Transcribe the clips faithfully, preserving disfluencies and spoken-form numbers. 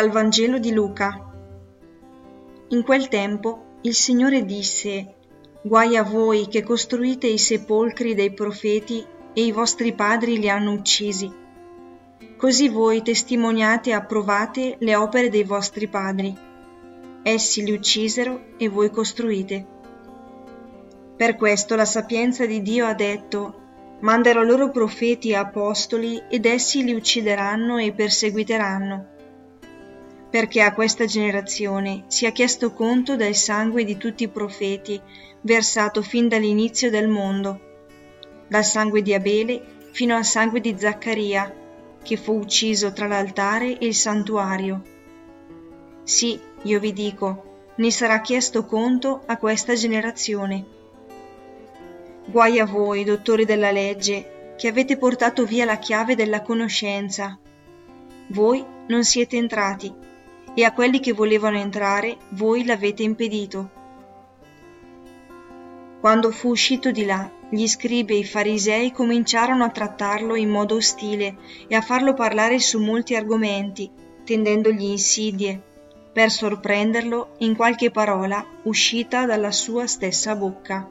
Dal Vangelo di Luca. In quel tempo il Signore disse: Guai a voi che costruite i sepolcri dei profeti e i vostri padri li hanno uccisi. Così voi testimoniate e approvate le opere dei vostri padri. Essi li uccisero e voi costruite. Per questo la sapienza di Dio ha detto: manderò loro profeti e apostoli ed essi li uccideranno e perseguiteranno. Perché a questa generazione sia chiesto conto del sangue di tutti i profeti versato fin dall'inizio del mondo, dal sangue di Abele fino al sangue di Zaccaria, che fu ucciso tra l'altare e il santuario. Sì, io vi dico, ne sarà chiesto conto a questa generazione. Guai a voi, dottori della legge, che avete portato via la chiave della conoscenza. Voi non siete entrati, e a quelli che volevano entrare voi l'avete impedito. Quando fu uscito di là, gli scribi e i farisei cominciarono a trattarlo in modo ostile e a farlo parlare su molti argomenti, tendendogli insidie, per sorprenderlo in qualche parola uscita dalla sua stessa bocca.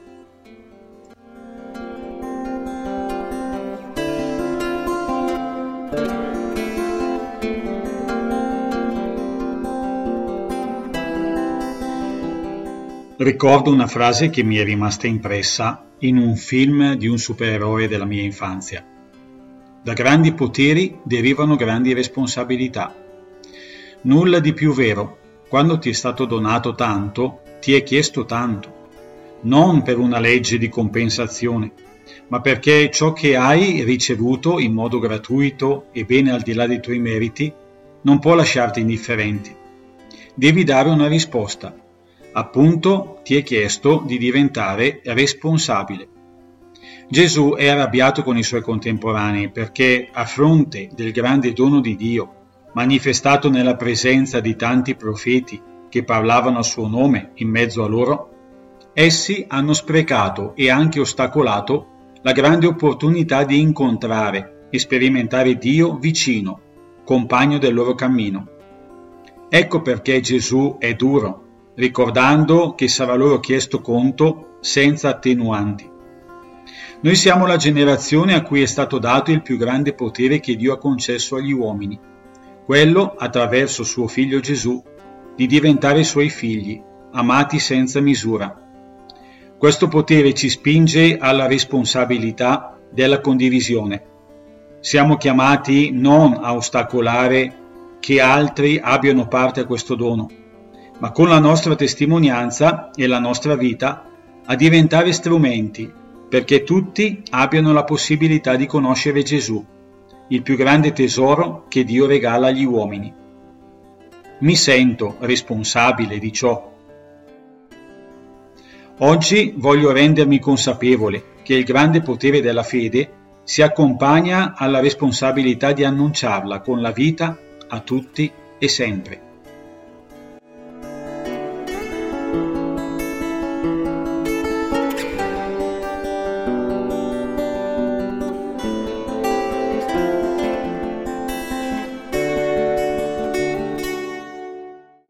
Ricordo una frase che mi è rimasta impressa in un film di un supereroe della mia infanzia. Da grandi poteri derivano grandi responsabilità. Nulla di più vero. Quando ti è stato donato tanto, ti è chiesto tanto. Non per una legge di compensazione, ma perché ciò che hai ricevuto in modo gratuito e bene al di là dei tuoi meriti non può lasciarti indifferenti. Devi dare una risposta. Appunto, ti è chiesto di diventare responsabile. Gesù è arrabbiato con i suoi contemporanei perché, a fronte del grande dono di Dio, manifestato nella presenza di tanti profeti che parlavano a suo nome in mezzo a loro, essi hanno sprecato e anche ostacolato la grande opportunità di incontrare e sperimentare Dio vicino, compagno del loro cammino. Ecco perché Gesù è duro, ricordando che sarà loro chiesto conto senza attenuanti. Noi siamo la generazione a cui è stato dato il più grande potere che Dio ha concesso agli uomini, quello, attraverso suo figlio Gesù, di diventare suoi figli, amati senza misura. Questo potere ci spinge alla responsabilità della condivisione. Siamo chiamati non a ostacolare che altri abbiano parte a questo dono, ma con la nostra testimonianza e la nostra vita a diventare strumenti perché tutti abbiano la possibilità di conoscere Gesù, il più grande tesoro che Dio regala agli uomini. Mi sento responsabile di ciò. Oggi voglio rendermi consapevole che il grande potere della fede si accompagna alla responsabilità di annunciarla con la vita a tutti e sempre.